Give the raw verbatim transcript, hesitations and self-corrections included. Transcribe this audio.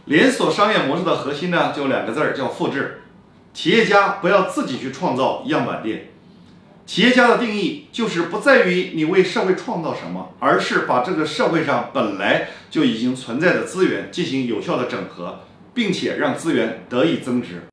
连锁商业模式的核心呢，就两个字儿，叫复制。企业家不要自己去创造样板店。企业家的定义就是不在于你为社会创造什么，而是把这个社会上本来就已经存在的资源进行有效的整合，并且让资源得以增值。